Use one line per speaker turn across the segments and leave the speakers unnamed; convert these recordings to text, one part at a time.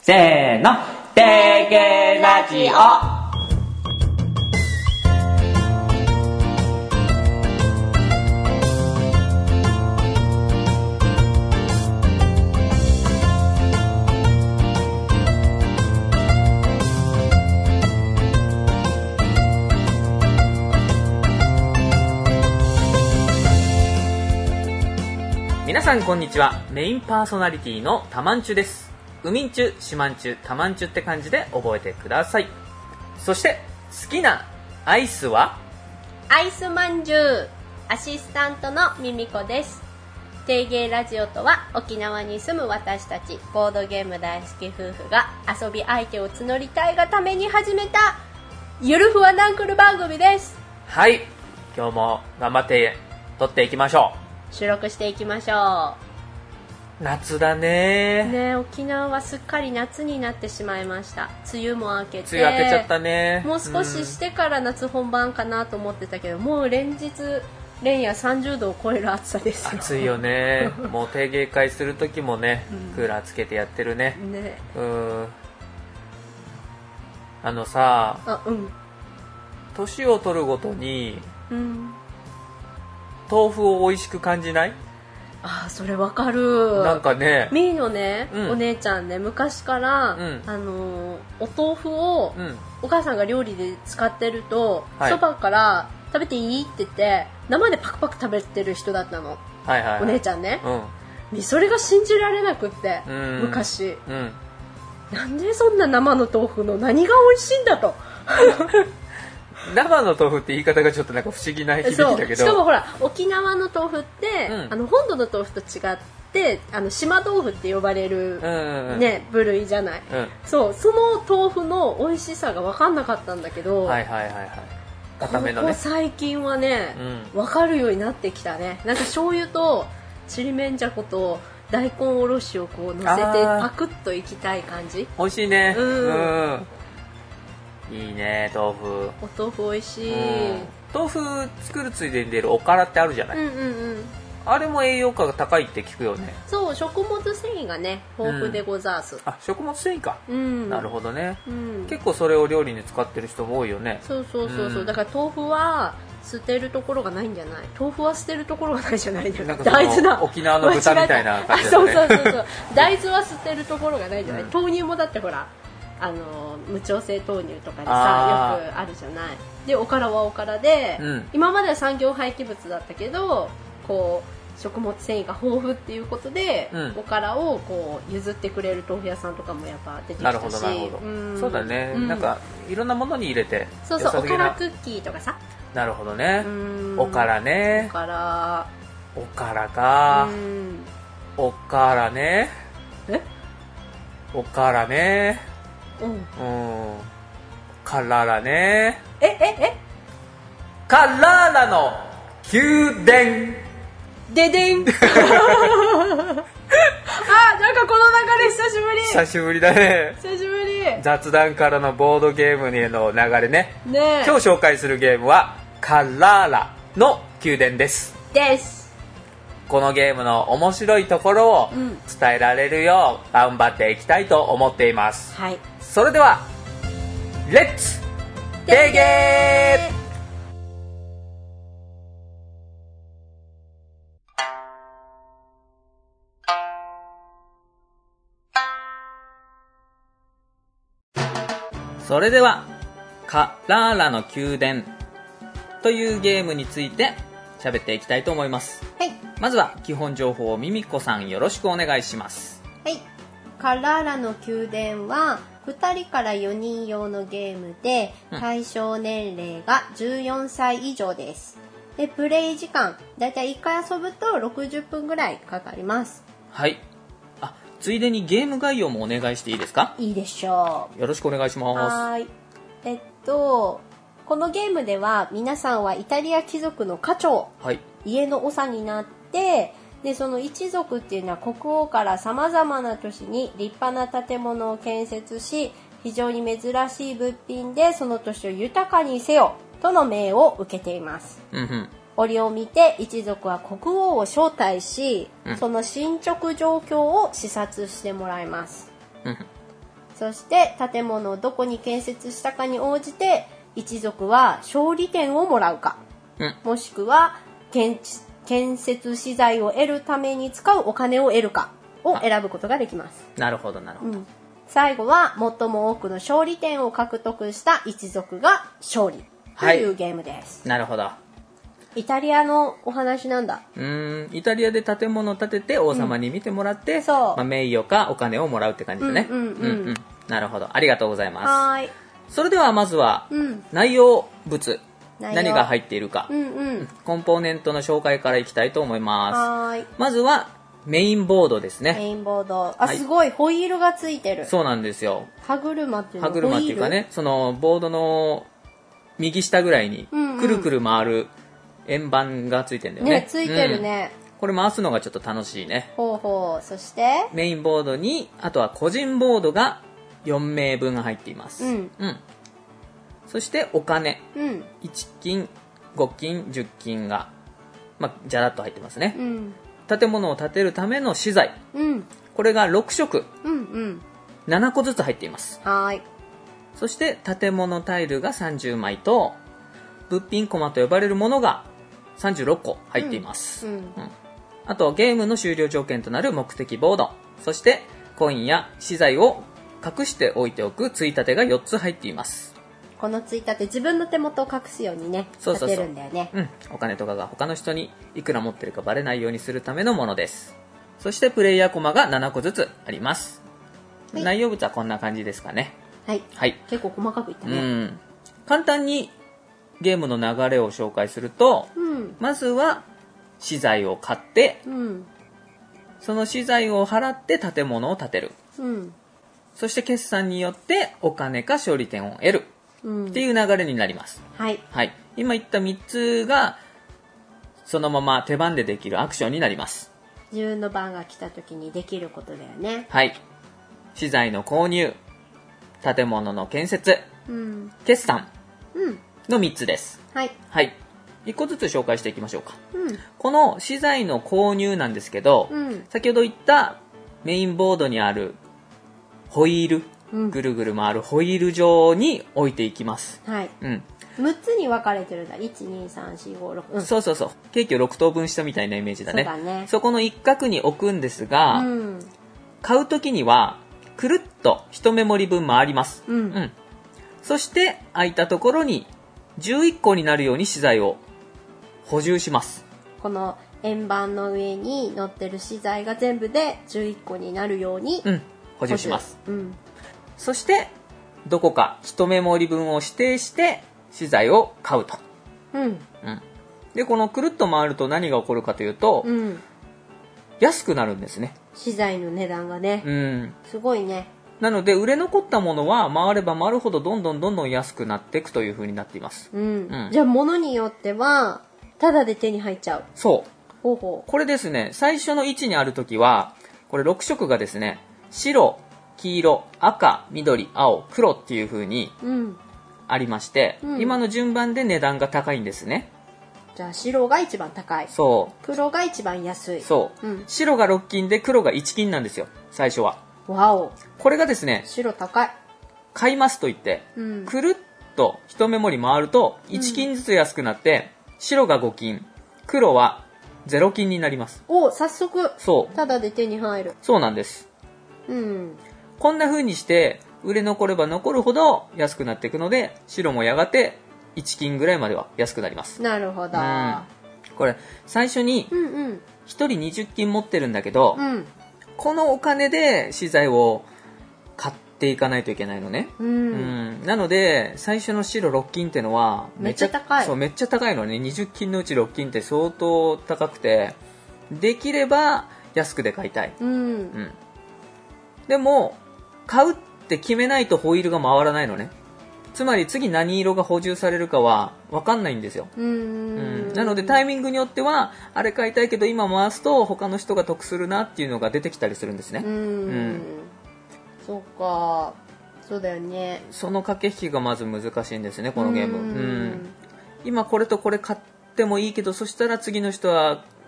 せーの、てげラジオ。皆さんこんにちは。メインパーソナリティのたまんちゅです。うみんちゅ、しまんちゅ、たまんちゅって感じで覚えてください。そして好きなアイスは
アイスまんじゅう。アシスタントのみみこです。定芸ラジオとは沖縄に住む私たちボードゲーム大好き夫婦が遊び相手を募りたいがために始めたゆるふわナンクル番組です。
はい、今日も頑張って撮っていきましょ
う。収録していきましょう。
夏だね。
沖縄はすっかり夏になってしまいました。梅雨も明けて、
梅雨明けちゃったね。
もう少ししてから夏本番かなと思ってたけど、もう連日連夜30度を超える暑さですよ。
暑いよね。もう定芸会する時もね、クーラーつけてやってるね。さあ、年を取るごとに、豆腐を美味しく感じない？
あ、それわかる。
なんかね、
みーのね、お姉ちゃんね、昔から、お豆腐を、お母さんが料理で使ってると、そばから食べていいって言って生でパクパク食べてる人だったの、お姉ちゃんね、それが信じられなくって、昔、なんでそんな生の豆腐の何が美味しいんだと
生の豆腐って言い方がちょっとなんか不思議な響きだけど、
しかもほら沖縄の豆腐って、本土の豆腐と違って島豆腐って呼ばれる、部類じゃない、その豆腐の美味しさが分かんなかったんだけど、
固めのね、
ここ最近はね、分かるようになってきたね。なんか醤油とちりめんじゃこと大根おろしをこう乗せてパクッといきたい感じ。
美味しいね。いいね、豆腐。
お豆腐美味しい。
豆腐作るついでに出るおからってあるじゃない。あれも栄養価が高いって聞くよね。
そう、食物繊維がね豊富でござーす。
あ、食物繊維か。なるほどね。結構それを料理に使ってる人も多いよね。
そう。だから豆腐は捨てるところがないんじゃない？豆腐は捨てるところがないじゃないですか。大豆だ。
沖縄の豚みたいな感じだね。
そう。大豆は捨てるところがないじゃない。豆乳もだってほら。無調整豆乳とかでさよくあるじゃない。でおからはおからで、今までは産業廃棄物だったけどこう食物繊維が豊富っていうことで、おからをこう譲ってくれる豆腐屋さんとかもやっぱ出てきたし。なるほど。
そうだね、なんかいろんなものに入れて。
そうおからクッキーとかさ。
なるほどね。おからね。おからか。おからね。おからね。カララね。カララの宮殿
ででんなんかこの流れ久しぶり
だね。
久しぶり。
雑談からのボードゲームへの流れね。今日紹介するゲームはカララの宮殿です。このゲームの面白いところを伝えられるよう頑張っていきたいと思っています。それではレッツテゲー。それではカラーラの宮殿というゲームについて喋っていきたいと思います。まずは基本情報をミミコさんよろしくお願いします。
カラーラの宮殿は2人から4人用のゲームで、対象年齢が14歳以上です。でプレイ時間だいたい1回遊ぶと60分ぐらいかかります。
ついでにゲーム概要もお願いしていいですか？
いいでしょう。
よろしくお願いします。
このゲームでは皆さんはイタリア貴族の家長、家の長になって、でその一族っていうのは国王からさまざまな都市に立派な建物を建設し、非常に珍しい物品でその都市を豊かにせよとの命を受けています。折を見て一族は国王を招待し、その進捗状況を視察してもらいます。 そして建物をどこに建設したかに応じて一族は勝利点をもらうか、もしくは建設資材を得るために使うお金を得るかを選ぶことができます。
なるほどなるほど、
最後は最も多くの勝利点を獲得した一族が勝利というゲームです。
なるほど。
イタリアのお話なんだ。
イタリアで建物を建てて王様に見てもらって、名誉かお金をもらうって感じですね。なるほど、ありがとうございます。
はい。
それではまずは、内容物、何が入っているか、コンポーネントの紹介からいきたいと思います。まずはメインボードですね。
メインボード、すごいホイールがついてる。
そうなんですよ。
歯車っていうの、
歯車っていうかね、そのボードの右下ぐらいにくるくる回る円盤がついてるんだよね。
ついてるね。
これ回すのがちょっと楽しいね。
ほうほう。そして
メインボードに、あとは個人ボードが4名分入っています。そしてお金、1金、5金、10金が、じゃらっと入ってますね。建物を建てるための資材、これが6色、7個ずつ入っています。
はい。
そして建物タイルが30枚と物品コマと呼ばれるものが36個入っています。あとゲームの終了条件となる目的ボード、そしてコインや資材を隠して置いておくついたてが4つ入っています。
このついたて自分の手元を隠すようにね、立てるんだよね。
お金とかが他の人にいくら持ってるかバレないようにするためのものです。そしてプレイヤーコマが7個ずつあります。内容物はこんな感じですかね。
はい。結構細かくいったね。
簡単にゲームの流れを紹介すると、まずは資材を買って、その資材を払って建物を建てる。そして決算によってお金か勝利点を得る。っていう流れになります。
はい。
今言った3つがそのまま手番でできるアクションになります。
自分の番が来た時にできることだよね。
はい。資材の購入、建物の建設、決算の3つです。はい。1個ずつ紹介していきましょうか。この資材の購入なんですけど、先ほど言ったメインボードにあるホイール、ぐるぐる回るホイール状に置いていきます。
6つに分かれてるんだ。1、2、3、4、5、6。
そうそうそう。ケーキを6等分したみたいなイメージだね。
そうだね。
そこの一角に置くんですが、買うときにはくるっと1メモリ分回ります。そして空いたところに11個になるように資材を補充します。
この円盤の上に乗ってる資材が全部で11個になるように、
補充します。そしてどこか1メモリ分を指定して資材を買うと。でこのくるっと回ると何が起こるかというと、安くなるんですね。
資材の値段がね。すごいね。
なので売れ残ったものは回れば回るほどどんどん安くなっていくという風になっています。
じゃあ物によってはタダで手に入っちゃう。
そう。これですね、最初の位置にあるときはこれ6色がですね、白、黄色、赤、緑、青、黒っていう風にありまして、今の順番で値段が高いんですね。
じゃあ白が一番高い。
そう。
黒が一番安い。
そう。白が6金で黒が1金なんですよ、最初は。
わお。
これがですね、
白高い。
買いますと言って、くるっと1メモリ回ると1金ずつ安くなって、白が5金、黒は0金になります。
早速。そう。ただで手に入る。
そうなんです。こんな風にして売れ残れば残るほど安くなっていくので、白もやがて1金ぐらいまでは安くなります。
なるほど。
これ最初に1人20金持ってるんだけど、このお金で資材を買っていかないといけないのね。なので最初の白6金ってのは
めっちゃ高い。
そう、めっちゃ高いのね。20金のうち6金って相当高くて、できれば安くで買いたい。でも買うって決めないとホイールが回らないのね。つまり次何色が補充されるかは分かんないんですよ。なのでタイミングによってはあれ買いたいけど今回すと他の人が得するなっていうのが出てきたりするんですね。
そうか、そうだよね。
その駆け引きがまず難しいんですね、このゲーム。今これとこれ買ってもいいけど、そしたら次の人は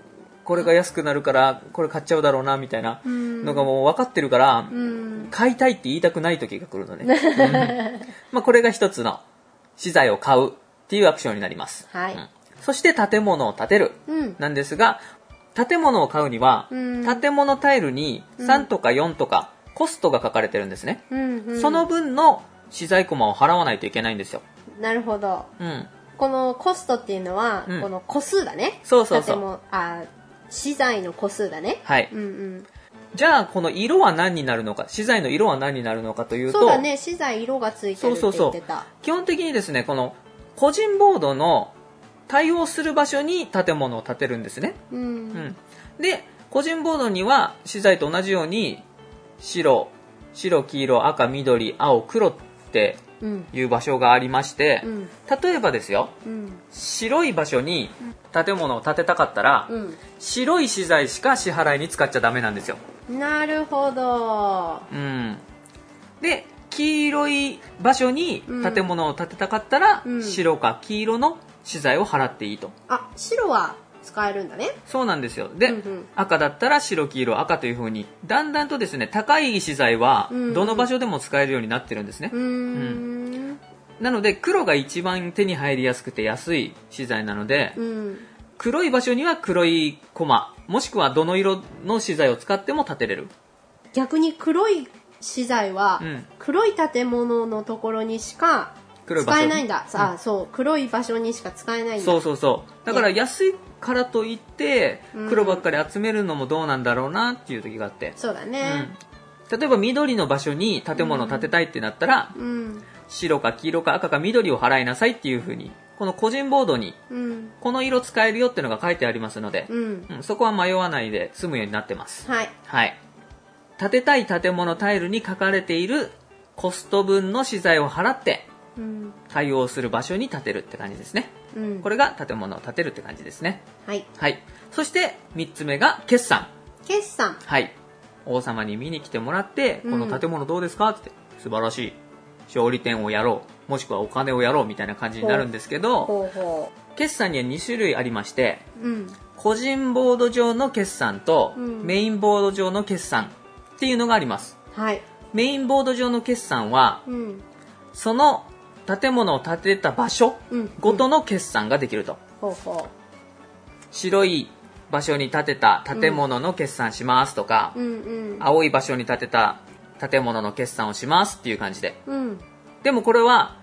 これが安くなるからこれ買っちゃうだろうなみたいなのがもう分かってるから、買いたいって言いたくない時が来るのね、これが一つの資材を買うっていうアクションになります、はい。そして建物を建てるなんですが、建物を買うには、建物タイルに3とか4とかコストが書かれてるんですね、その分の資材コマを払わないといけないんですよ。
なるほど、このコストっていうのは、この個数だね。
そうそうそう。
資材の個数だね。
はい。じゃあこの色は何になるのか、資材の色は何になるのかというと、
そうだね、資材色がついてるって言ってた。そうそうそう。
基本的にですね、この個人ボードの対応する場所に建物を建てるんですね。で、個人ボードには資材と同じように白、黄色、赤、緑、青、黒っていう場所がありまして、例えばですよ、白い場所に建物を建てたかったら、白い資材しか支払いに使っちゃダメなんですよ。
なるほど。
で、黄色い場所に建物を建てたかったら、白か黄色の資材を払っていいと。
白は使えるんだね。
そうなんですよ。で、赤だったら白、黄色、赤という風にだんだんとですね、高い資材はどの場所でも使えるようになってるんですね。なので黒が一番手に入りやすくて安い資材なので、黒い場所には黒いコマ、もしくはどの色の資材を使っても建てれる。
逆に黒い資材は、黒い建物のところにしか使えないんだ。そう、黒い場所にしか使えないんだ。
そうだから安いからといって黒ばっかり集めるのもどうなんだろうなっていう時があって、
そうだね、
例えば緑の場所に建物を建てたいってなったら、白か黄色か赤か緑を払いなさいっていう風にこの個人ボードにこの色使えるよっていうのが書いてありますので、そこは迷わないで済むようになってます。はい。建てたい建物タイルに書かれているコスト分の資材を払って対応する場所に建てるって感じですね。これが建物を建てるって感じですね。はい。そして3つ目が決算。はい。王様に見に来てもらって、この建物どうですかって、素晴らしい。勝利点をやろう。もしくはお金をやろうみたいな感じになるんですけど、決算には2種類ありまして、個人ボード上の決算と、メインボード上の決算っていうのがあります。メインボード上の決算は、その建物を建てた場所ごとの決算ができると。白い場所に建てた建物の決算しますとか、青い場所に建てた建物の決算をしますっていう感じで、でもこれは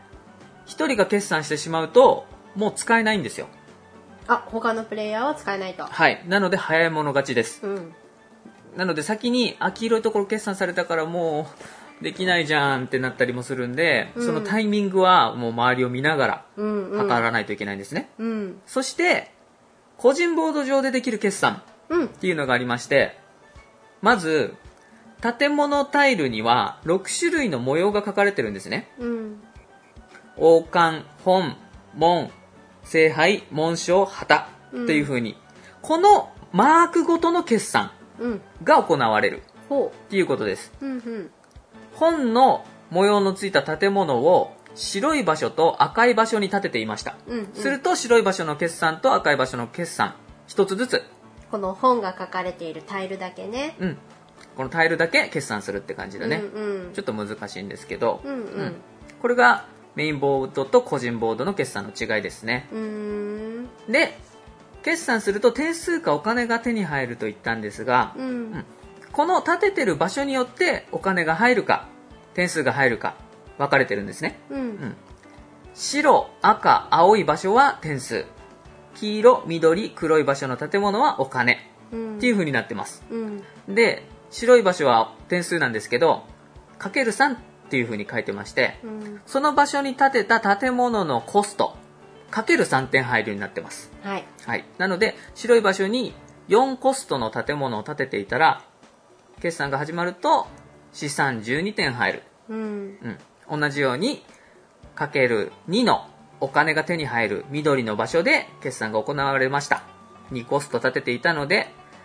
1人が決算してしまうともう使えないんですよ。
他のプレイヤーは使えないと。
はい。なので早い者勝ちです。なので先に黄色いところ決算されたからもうできないじゃんってなったりもするんで、そのタイミングはもう周りを見ながら測らないといけないんですね。そして個人ボード上でできる決算っていうのがありまして、まず建物タイルには6種類の模様が書かれてるんですね。王冠、本、門、聖杯、紋章、旗っていう風に、このマークごとの決算が行われるっていうことです。本の模様のついた建物を白い場所と赤い場所に建てていました。すると白い場所の決算と赤い場所の決算一つずつ、
この本が書かれているタイルだけね、
このタイルだけ決算するって感じだね。ちょっと難しいんですけど、これがメインボードと個人ボードの決算の違いですね。で、決算すると点数かお金が手に入ると言ったんですが、この建ててる場所によってお金が入るか点数が入るか分かれてるんですね。白、赤、青い場所は点数、黄色、緑、黒い場所の建物はお金っていう風になってます。で、白い場所は点数なんですけど、かける3っていう風に書いてまして、その場所に建てた建物のコストかける3点入るようになってます。なので白い場所に4コストの建物を建てていたら、決算が始まると資産12点入る。同じようにかける2のお金が手に入る緑の場所で決算が行われました。2コスト立てていたので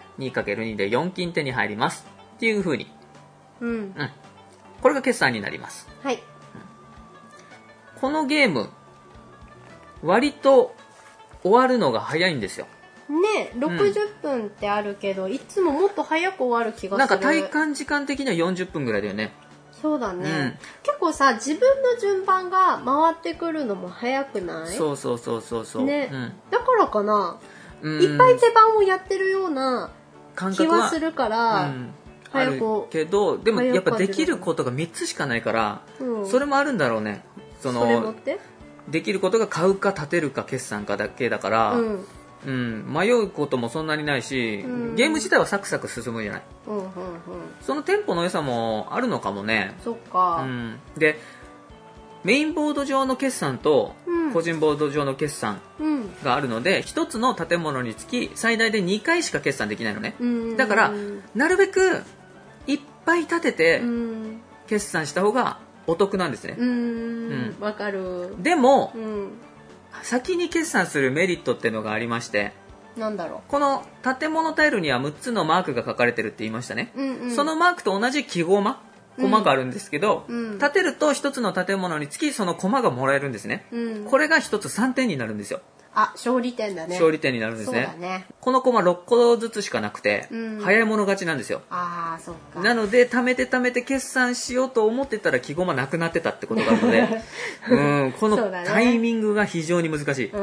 2×2 で4金手に入りますっていう風に、これが決算になります。このゲーム割と終わるのが早いんですよ。
ね、60分ってあるけど、いつももっと早く終わる気がする。
なんか体感時間的には40分ぐらいだよね。
そうだね、結構さ、自分の順番が回ってくるのも早くない？
そうそうそうそうそう、
ね、だからかな、いっぱい手番をやってるような気はするから、
早くあるけど、でもやっぱできることが3つしかないから、それもあるんだろうね。それもってできることが買うか建てるか決算かだけだから、迷うこともそんなにないし、ゲーム自体はサクサク進むじゃない、そのテンポの良さもあるのかもね。
そっか、
でメインボード上の決算と個人ボード上の決算があるので、1つの建物につき最大で2回しか決算できないのね。だからなるべくいっぱい建てて決算した方がお得なんですね。
わかる。
でも、先に決算するメリットっていうのがありまして、
なんだろう、
この建物タイルには6つのマークが書かれてるって言いましたね。そのマークと同じ記号コマがあるんですけど、建てると1つの建物につきそのコマがもらえるんですね。これが1つ3点になるんですよ。
あ、勝利点だね。
勝利点になるんですね。
そうだね。
このコマ6個ずつしかなくて、早い者勝ちなんですよ。
ああ、そっか。
なので貯めて決算しようと思ってたら記号がなくなってたってことがあるのでこのタイミングが非常に難しい。こ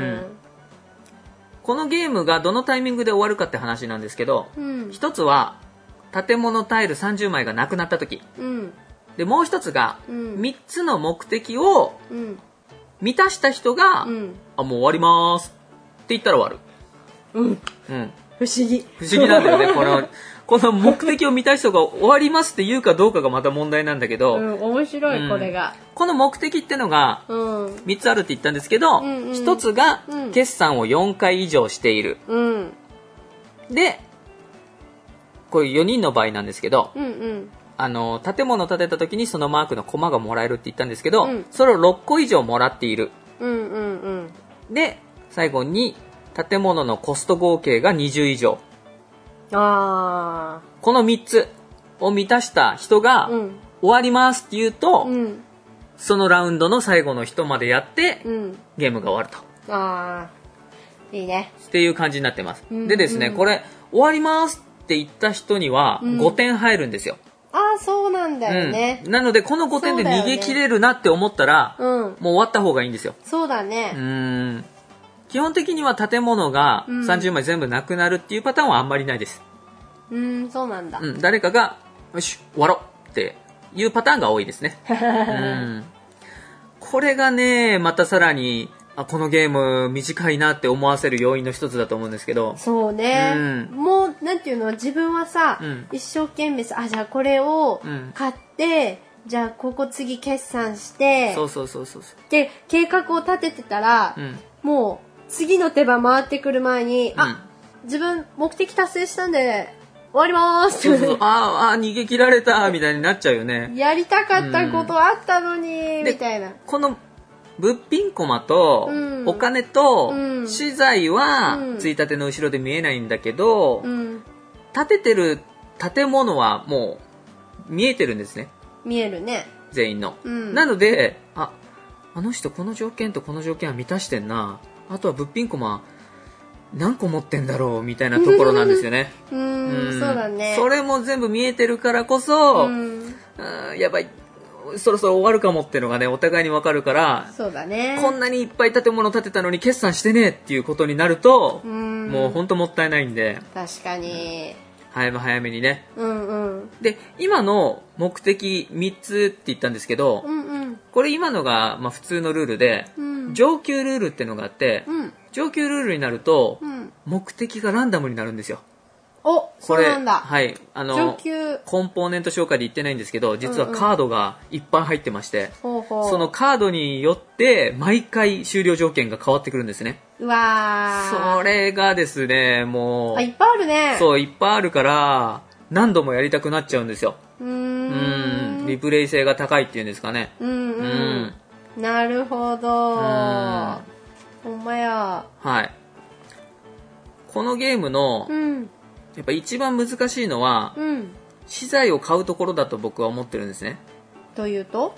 のゲームがどのタイミングで終わるかって話なんですけど、一つは建物タイル30枚がなくなった時、でもう一つが3つの目的を満たした人が、あ、もう終わりますって言ったら終わる。不思議なんだよね。この目的を満たした人が終わりますって言うかどうかがまた問題なんだけど、
面白い、これが。
この目的ってのが3つあるって言ったんですけど、1つが決算を4回以上している。で、これ4人の場合なんですけど、建物を建てた時にそのマークのコマがもらえるって言ったんですけど、それを6個以上もらっている。で、最後に建物のコスト合計が20以上。この3つを満たした人が終わりますって言うと、そのラウンドの最後の人までやって、ゲームが終わると。いいね。っていう感じになってます。でですね、これ終わりますって言った人には5点入るんですよ。
そうなんだよね。
なのでこの5点で逃げ切れるなって思ったら、もう終わった方がいいんですよ。
そうだね。
基本的には建物が30枚全部なくなるっていうパターンはあんまりないです。
そうなんだ。
誰かがよし終わろうっていうパターンが多いですね。これがね、またさらにこのゲーム短いなって思わせる要因の一つだと思うんですけど。
そうね、もうなんていうの、自分はさ、一生懸命さ、じゃあこれを買って、じゃあここ次決算して、で計画を立ててたら、もう次の手番回ってくる前に、自分目的達成したんで終わります
逃げ切られたみたいになっちゃうよね。
やりたかったことあったのに、みたいな。
この物品コマとお金と資材はついたての後ろで見えないんだけど、建ててる建物はもう見えてるんですね。
見えるね、
全員の。なので、あの人この条件とこの条件は満たしてんな、あとは物品コマ何個持ってんだろうみたいなところなんですよね。
そうだね。
それも全部見えてるからこそ、やばい、そろそろ終わるかもっていうのがね、お互いに分かるから。
そうだね。
こんなにいっぱい建物建てたのに決算してねっていうことになると、もうほんともったいないんで。
確かに。
早めにね。で、今の目的3つって言ったんですけど、これ今のが普通のルールで、上級ルールっていうのがあって、上級ルールになると、目的がランダムになるんですよ。そうなんだ。はい。上級コンポーネント紹介で言ってないんですけど、実はカードがいっぱい入ってまして、そのカードによって毎回終了条件が変わってくるんですね。
うわー。
それがですね、もう。
いっぱいあるね。
そう、いっぱいあるから、何度もやりたくなっちゃうんですよ。リプレイ性が高いっていうんですかね。なるほど。ほんまや。はい。このゲームの、やっぱ一番難しいのは、資材を買うところだと僕は思ってるんですね。
というと、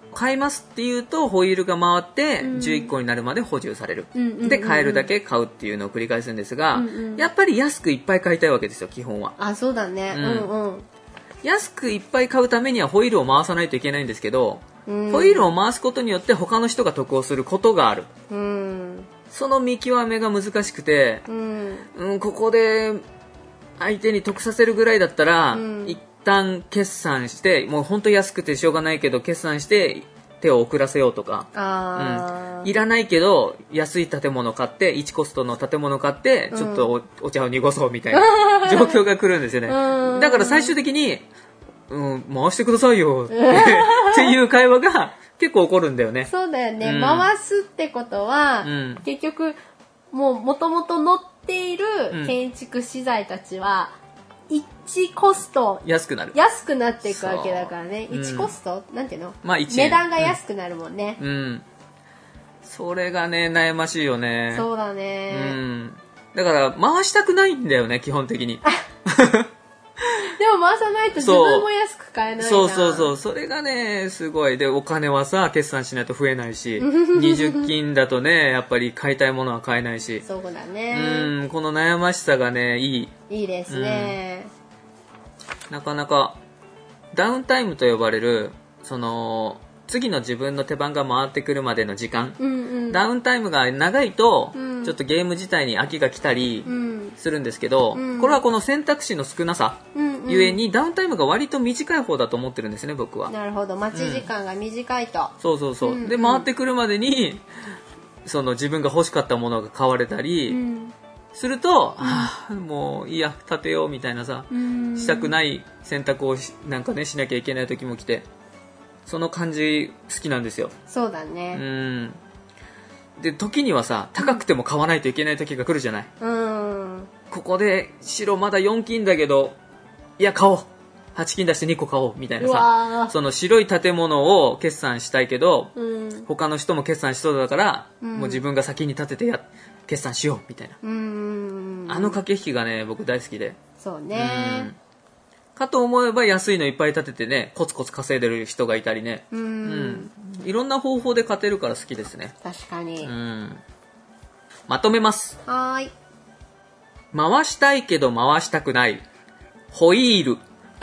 買いますっていうとホイールが回って11個になるまで補充される、で買えるだけ買うっていうのを繰り返すんですが、やっぱり安くいっぱい買いたいわけですよ、基本は。
あ、そうだね。
安くいっぱい買うためにはホイールを回さないといけないんですけど、ホイールを回すことによって他の人が得をすることがある、その見極めが難しくて、ここで相手に得させるぐらいだったら、一旦決算して、もう本当安くてしょうがないけど決算して手を遅らせようとか、いらないけど安い建物買って1コストの建物買ってちょっと お茶を濁そうみたいな状況が来るんですよね。だから最終的に、回してくださいよっていう会話が結構起こるんだよね。
そうだよね、回すってことは、結局もともと乗っている建築資材たちは、1コスト
安くな
っていくわけだからね。1コストなんていうの、値段が安くなるもんね。
それがね悩ましいよね。
そうだね。
だから回したくないんだよね、基本的に。
でも回さないと自分も安く買えないじゃん。
そうそれがねすごい。でお金はさ決算しないと増えないし20金だとねやっぱり買いたいものは買えないし、
そうだね。
この悩ましさがねい
いですね。
なかなかダウンタイムと呼ばれるその次の自分の手番が回ってくるまでの時間、ダウンタイムが長いと、ちょっとゲーム自体に飽きが来たりするんですけど、これはこの選択肢の少なさゆえにダウンタイムが割と短い方だと思ってるんですね、僕は。
なるほど、待ち時間が短いと。
そうで回ってくるまでにその自分が欲しかったものが買われたりすると、もういいや立てようみたいなさ、したくない選択をなんかねしなきゃいけない時も来て、その感じ好きなんですよ。
そうだね。
で時にはさ高くても買わないといけない時が来るじゃない。ここで白まだ4金だけどいや買おう、8金出して2個買おうみたいなさ、その白い建物を決算したいけど、他の人も決算しそうだから、もう自分が先に立てて決算しようみたいな、あの駆け引きがね僕大好きで。
そうね。
かと思えば安いのいっぱい立ててねコツコツ稼いでる人がいたりね、いろんな方法で勝てるから好きですね。
確かに。
まとめます。
はい。
回したいけど回したくないホイール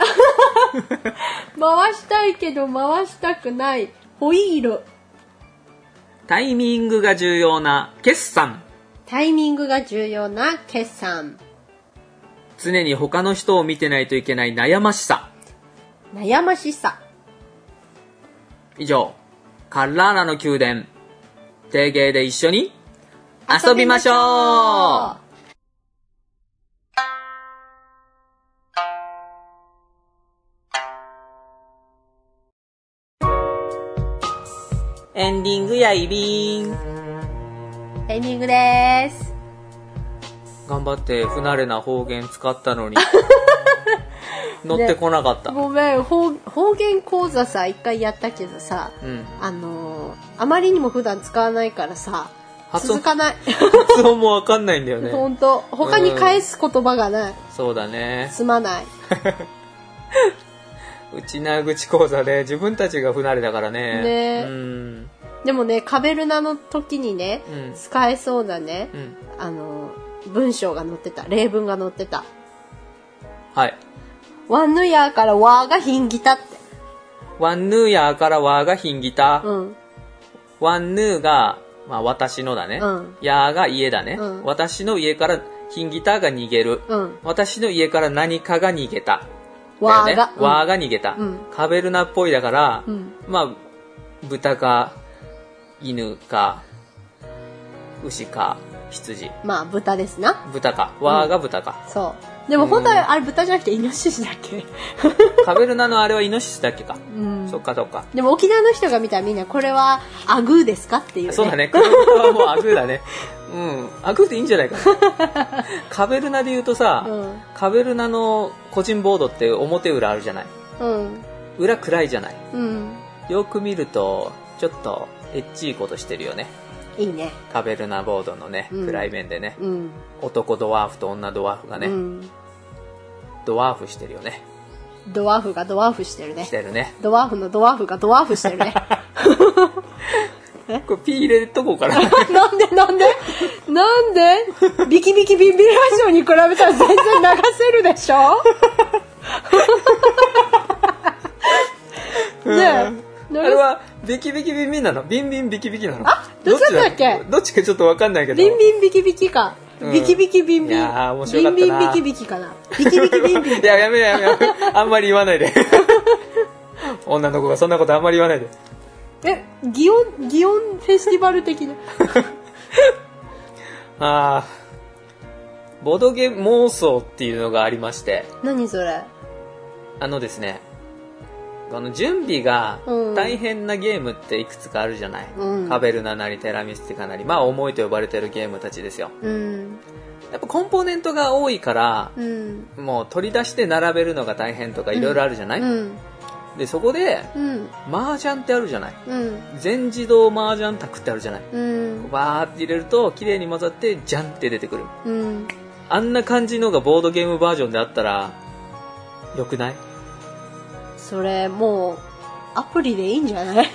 回したいけど回したくないホイール。
タイミングが重要な決算。
タイミングが重要な決算。
常に他の人を見てないといけない悩ましさ。以上、カッラーナの宮殿、定芸で一緒に遊びましょう。エンディングやいびん。
エンディングです。
頑張って不慣れな方言使ったのに乗ってこなかった、
ごめん。方言講座さ一回やったけどさ、あまりにも普段使わないからさ続かない。
発音もわかんないんだよね。
本当。他に返す言葉がない。
そうだね。
すまない。
内縄口講座で自分たちが不慣れだからね。
でもね、カベルナの時にね、使えそうなね、文章が載ってた。例文が載ってた。
はい。
ワンヌヤーからワーがヒンギタって。
ワンヌヤーからワーがヒンギタ。ワンヌが、まあ私のだね。ヤーが家だね。私の家からヒンギタが逃げる。私の家から何かが逃げた。
ワーが。
ワーが逃げた。カベルナっぽいだから、まあ、豚か、犬か、牛か、羊。
まあ、豚ですな。
豚か。ワーが豚か。
そう。でも本当はあれ豚じゃなくてイノシシだっけ？
カベルナのあれはイノシシだっけか。そっかそっか。
でも沖縄の人が見たらみんなこれはアグーですかっていうね。
そうだね。この豚はもうアグーだね。アグーでいいんじゃないかな。カベルナで言うとさ、カベルナの個人ボードって表裏あるじゃない。裏暗いじゃない。よく見るとちょっとエッチいことしてるよね。
いいね。
カベルナボードのね、暗い面でね、男ドワーフと女ドワーフがね、ドワーフしてるよね。
ドワーフがドワーフしてるね。
してるね。
ドワーフのドワーフがドワーフしてるね。
これピー入れとこうかな。
なんでビキビキビンビンラジオに比べたら全然流せるでしょ。ねえ、
あれはビキビキビンビンなの？ビンビンビキビキなの？
あ、どっちだっけ？
どっちかちょっと分かんないけど。
ビンビンビキビキか。ビキビキビンビン。
いやー面白かったな。
ビンビンビキビキかな。ビキビキビンビン。
いややめあんまり言わないで。女の子がそんなことあんまり言わないで。
祇園フェスティバル的な。
ボードゲーム妄想っていうのがありまして。
何それ？
ですね、準備が大変なゲームっていくつかあるじゃない、カベルナなりテラミスティカなり、重いと呼ばれてるゲームたちですよ、やっぱコンポーネントが多いから、もう取り出して並べるのが大変とかいろいろあるじゃない、でそこで、麻雀ってあるじゃない、全自動麻雀卓ってあるじゃない、バーって入れると綺麗に混ざってジャンって出てくる、あんな感じのがボードゲームバージョンであったらよくない？
それもうアプリでいいんじゃない？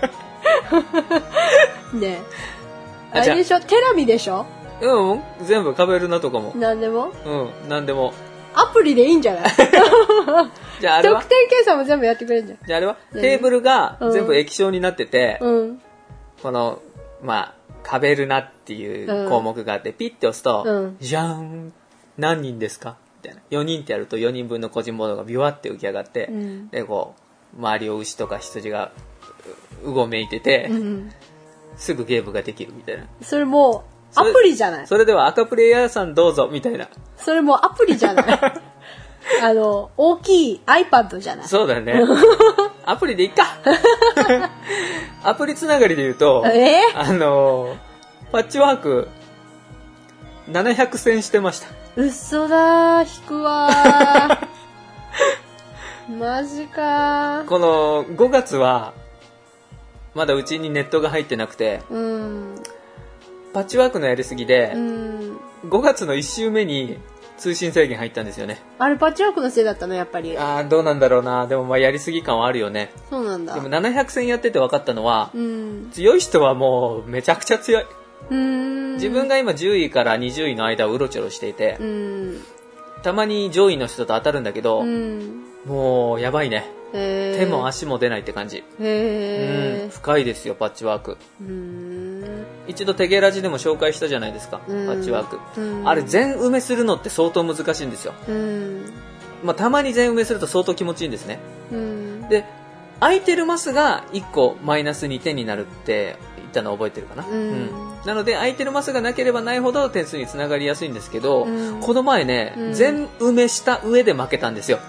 ねえ、あれでしょ、テラミでしょ？
全部カベルナとかも
何でも？
何でも
アプリでいいんじゃない？
じゃああれは
得点計算も全部やってくれるんじゃん。
じゃああれはテーブルが全部液晶になってて、このカベルナっていう項目があって、ピッて押すと、じゃーん、何人ですかみたいな。4人ってやると4人分の個人ボードがビワって浮き上がって、でこう周りを牛とか羊がうごめいてて、すぐゲームができるみたいな。
それもうアプリじゃない？
それでは赤プレイヤーさんどうぞみたいな。
それもうアプリじゃない？大きい iPad じゃない？
そうだね。アプリでいっか。アプリつながりで言うと、パッチワーク700戦してました。
嘘だー、引くわー。マジかー。
この5月はまだうちにネットが入ってなくて、パッチワークのやりすぎで、5月の1週目に通信制限入ったんですよね。
あれパッチワークのせいだったの？やっぱり。
どうなんだろうな。でもやりすぎ感はあるよね。
そうなんだ。
でも700戦やってて分かったのは、強い人はもうめちゃくちゃ強い。自分が今10位から20位の間をうろちょろしていて、たまに上位の人と当たるんだけど、もうやばいね。手も足も出ないって感じ。深いですよパッチワーク。一度テゲラジでも紹介したじゃないですか、パッチワーク、あれ全埋めするのって相当難しいんですよ、たまに全埋めすると相当気持ちいいんですね、で空いてるマスが1個マイナス2点になるって言ったのを覚えてるかな、なので空いてるマスがなければないほど点数につながりやすいんですけど、この前ね、全埋めした上で負けたんですよ。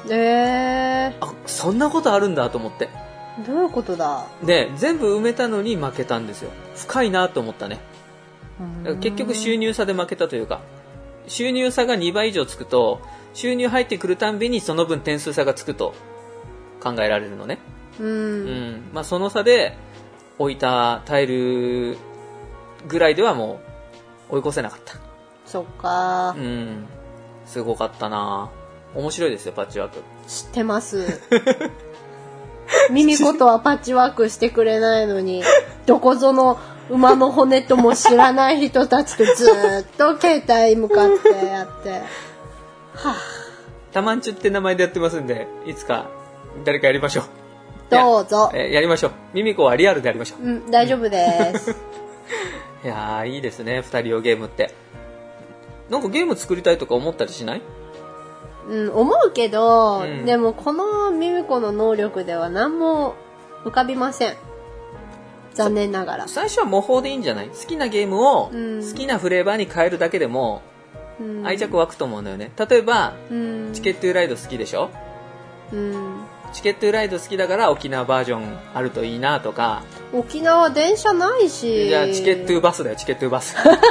そんなことあるんだと思って。
どういうことだ。
で全部埋めたのに負けたんですよ。深いなと思ったね。結局収入差で負けたというか、収入差が2倍以上つくと収入入ってくるたんびにその分点数差がつくと考えられるのね。その差で置いたタイルぐらいではもう追い越せなかった。
そっか。
すごかったな。面白いですよパッチワーク。
知ってます。ミミコとはパッチワークしてくれないのに、どこぞの馬の骨とも知らない人たちとずっと携帯向かってやって、
タマンチュって名前でやってますんで、いつか誰かやりましょう。
どうぞ。
やりましょう。ミミコはリアルでやりましょう。
大丈夫です。
いやーいいですね、2人用ゲームって。なんかゲーム作りたいとか思ったりしない？
思うけど、でもこのミミコの能力では何も浮かびません。残念ながら。
最初は模倣でいいんじゃない？好きなゲームを好きなフレーバーに変えるだけでも愛着湧くと思うんだよね。例えば、チケットゥーライド好きでしょ？チケットゥーライド好きだから沖縄バージョンあるといいなとか。
沖縄電車ないし。
じゃあチケットゥーバスだよ、チケットゥーバス。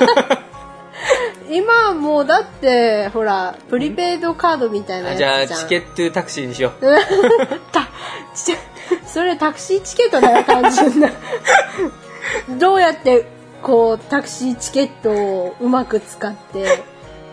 今もうだってほらプリペイドカードみたいなやつじゃん。
じゃあチケットゥータクシーにしよう。
それタクシーチケットだよ単純な。どうやってこうタクシーチケットをうまく使って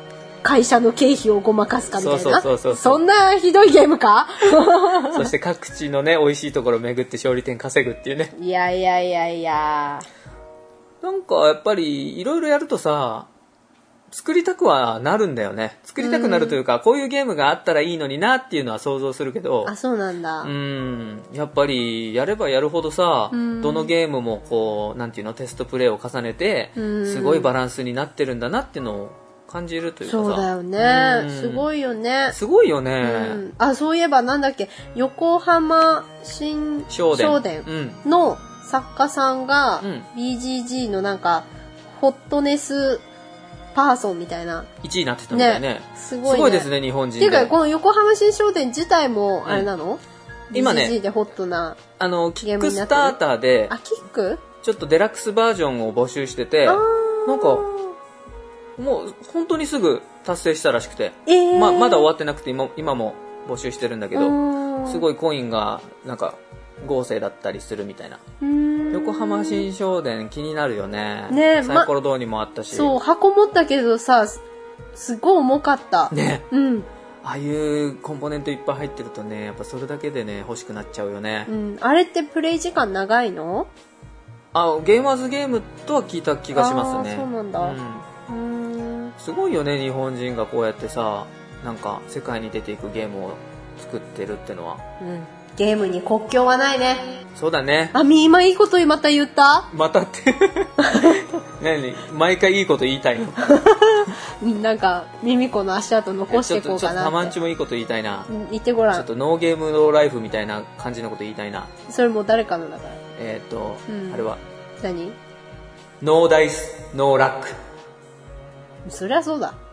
会社の経費をごまかすかみたいな。そんなひどいゲームか
そして各地のね美味しいところを巡って勝利点稼ぐっていうね。
いやいやいやいや、
なんかやっぱりいろいろやるとさ、作りたくはなるんだよね。作りたくなるというか、こういうゲームがあったらいいのになっていうのは想像するけど。
あ、そうなんだ。
やっぱりやればやるほどさ、どのゲームもこうなんていうの、テストプレイを重ねて、すごいバランスになってるんだなっていうのを感じるというかさ。
そうだよね。すごいよね。
すごいよね。
あ、そういえばなんだっけ、横浜新商店の作家さんが BGG のなんかホットネスパーソンみたいな
1位になってたみたいね。
すご
いですね、日本人で。
っていうかこの横浜新商店自体もあれなの、
今ね
BGG でホットな
キックスターターで
キック
ちょっとデラックスバージョンを募集してて、なんかもう本当にすぐ達成したらしくて、まだ終わってなくて今も募集してるんだけど、すごいコインがなんか合成だったりするみたいな。横浜新商店気になるよね。サイコロ堂にもあったし、
そう箱持ったけどさ、すごい重かった
ね。ああいうコンポーネントいっぱい入ってるとね、やっぱそれだけでね欲しくなっちゃうよね。
あれってプレイ時間長いの？
ゲーマーズゲームとは聞いた気がしますね。
そうなんだ。
すごいよね、日本人がこうやってさ、なんか世界に出ていくゲームを作ってるってのは。
ゲームに国境はないね。
そうだね。
今いいことまた言った？
またって何毎回いいこと言いたいの？
なんかミミコの足跡残していこうかなって。
ちょっとたまんちもいいこと言いたいな。
言ってごらん。
ちょっとノーゲームノーライフみたいな感じのこと言いたいな。
それも誰かのだから。
あれは
何？
ノーダイスノーラック。
そりゃそうだ。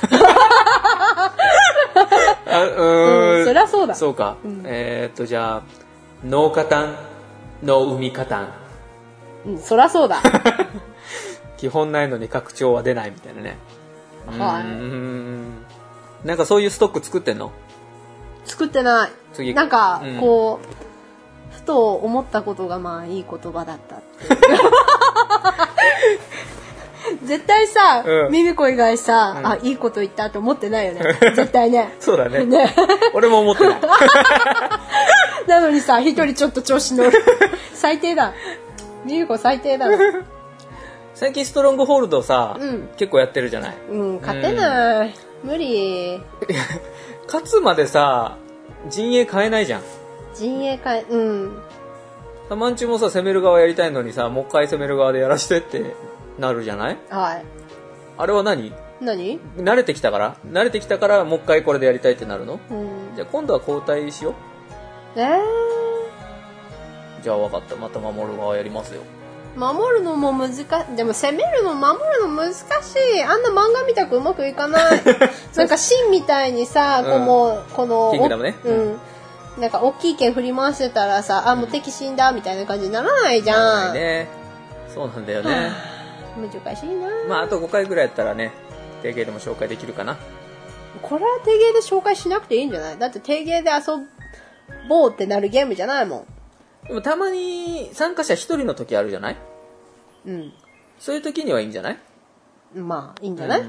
そ
りゃそうだ。
そうか。じゃあノーカタンノー海カタン。
そりゃそうだ。
基本ないのに拡張は出ないみたいなね。なんかそういうストック作ってんの？作
ってない。なんかこうふと思ったことがいい言葉だったっていう。絶対さ、ミミコ以外さ、いいこと言ったと思ってないよね。絶対ね。
そうだね。俺も思ってない。
なのにさ、一人ちょっと調子乗る。最低だ。ミミコ最低だ。
最近ストロングホールドさ、結構やってるじゃない。
勝てない。無理。
勝つまでさ、陣営変えないじゃん。たまんちもさ、攻める側やりたいのにさ、もう一回攻める側でやらしてってなるじゃない？
はい。
あれは何？慣れてきたからもう一回これでやりたいってなるの？じゃあ今度は交代しよう。じゃあ分かった。また守る側やりますよ。
守るのも難しい。でも攻めるの守るの難しい。あんな漫画みたくうまくいかない。なんかシンみたいにさ、この
キングダムね。
なんか大きい剣振り回してたらさ、もう敵死んだみたいな感じにならないじゃん。
そうなんだよね。
難しいな。
あと5回ぐらいやったらね、定芸でも紹介できるかな。
これは定芸で紹介しなくていいんじゃない？だって定芸で遊ぼうってなるゲームじゃないもん。
でもたまに参加者1人の時あるじゃない？そういう時にはいいんじゃない？
いいんじゃない？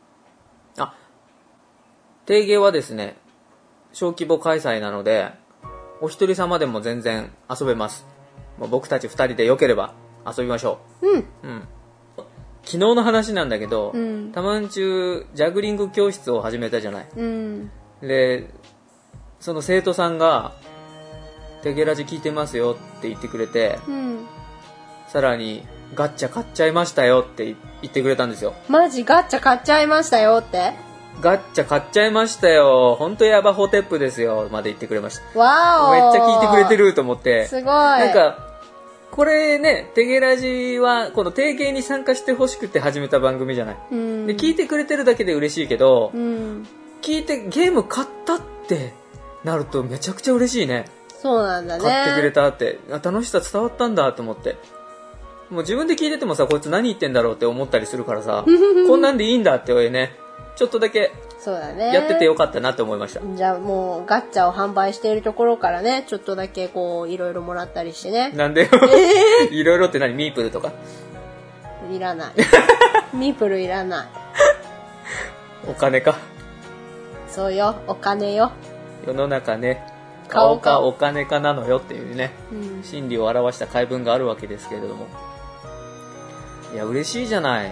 定芸はですね、小規模開催なので、お一人様でも全然遊べます。僕たち2人で良ければ遊びましょう。昨日の話なんだけど、たまんちゅジャグリング教室を始めたじゃない。で、その生徒さんが、テゲラジ聞いてますよって言ってくれて、さらに、ガッチャ買っちゃいましたよって言ってくれたんですよ。
マジガッチャ買っちゃいましたよって？
ガッチャ買っちゃいましたよ。ほんとヤバホテップですよ。まで言ってくれました。
わーお。
めっちゃ聞いてくれてると思って。
すごい。
なんか、これね、テゲラジは、この定芸に参加してほしくて始めた番組じゃない。で、聞いてくれてるだけで嬉しいけど、聞いてゲーム買ったってなるとめちゃくちゃ嬉しいね。
そうなんだね。
買ってくれたって。楽しさ伝わったんだと思って。もう自分で聞いててもさ、こいつ何言ってんだろうって思ったりするからさ、こんなんでいいんだってね、ちょっとだけやっててよかったなって思いました。
じゃあもうガッチャを販売しているところからね、ちょっとだけこういろいろもらったりしてね。
なんでよ。いろいろって何？ミープルとか？
いらない。ミープルいらない。
お金か。
そうよ、お金よ。
世の中ね、顔かお金かなのよっていうね、真理を表した回文があるわけですけれども。いや、嬉しいじゃない。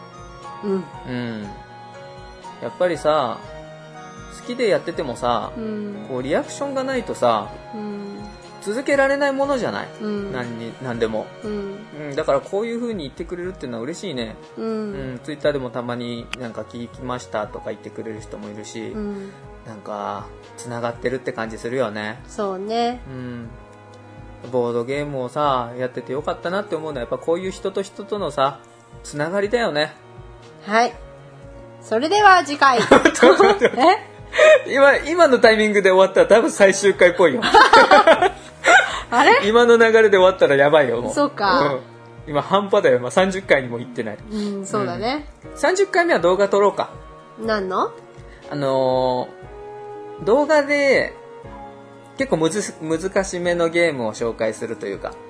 やっぱりさ、好きでやっててもさ、こうリアクションがないとさ、続けられないものじゃない、何でも、だからこういう風に言ってくれるっていうのは嬉しいね。ツイッターでもたまになんか聞きましたとか言ってくれる人もいるし、なんかつながってるって感じするよね。
そうね。
ボードゲームをさやっててよかったなって思うのはやっぱこういう人と人とのさつながりだよね。
はい。それでは次回。
今のタイミングで終わったら多分最終回っぽいよ。
あれ？
今の流れで終わったらやばいよもう。
そうか。
今半端だよ。30回にも行ってない。
そうだね。
30回目は動画撮ろうか。
何の？
動画で結構難しめのゲームを紹介するというか、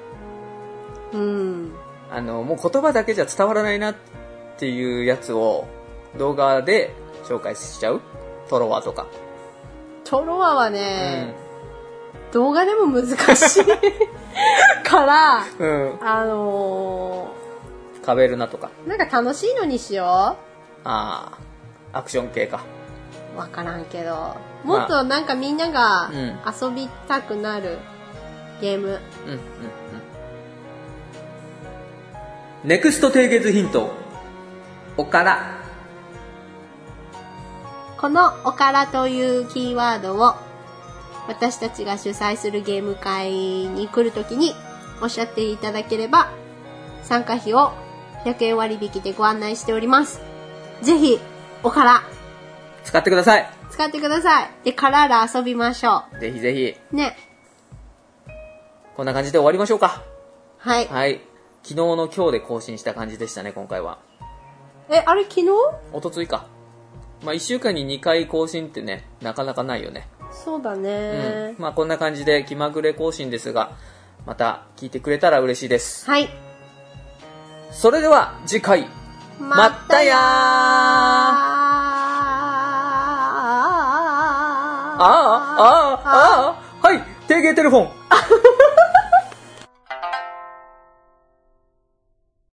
もう言葉だけじゃ伝わらないなっていうやつを動画で紹介しちゃう。トロワとか。
トロワはね、動画でも難しいから、
カベルナとか。
なんか楽しいのにしよう。
アクション系か。
わからんけど、もっとなんかみんなが遊びたくなるゲーム。
ネクスト締結ヒント。おから。
このおからというキーワードを私たちが主催するゲーム会に来るときにおっしゃっていただければ参加費を100円割引でご案内しております。ぜひおから
使ってください。
使ってください。で、からら遊びましょ
う。ぜひぜひ。
ね。
こんな感じで終わりましょうか。
はい。
はい。昨日の今日で更新した感じでしたね、今回は。
あれ昨日？
おとついか。1週間に2回更新ってね、なかなかないよね。
そうだね。
こんな感じで気まぐれ更新ですが、また聞いてくれたら嬉しいです。
はい。
それでは次回。まったやー。はい、提携テレフォン。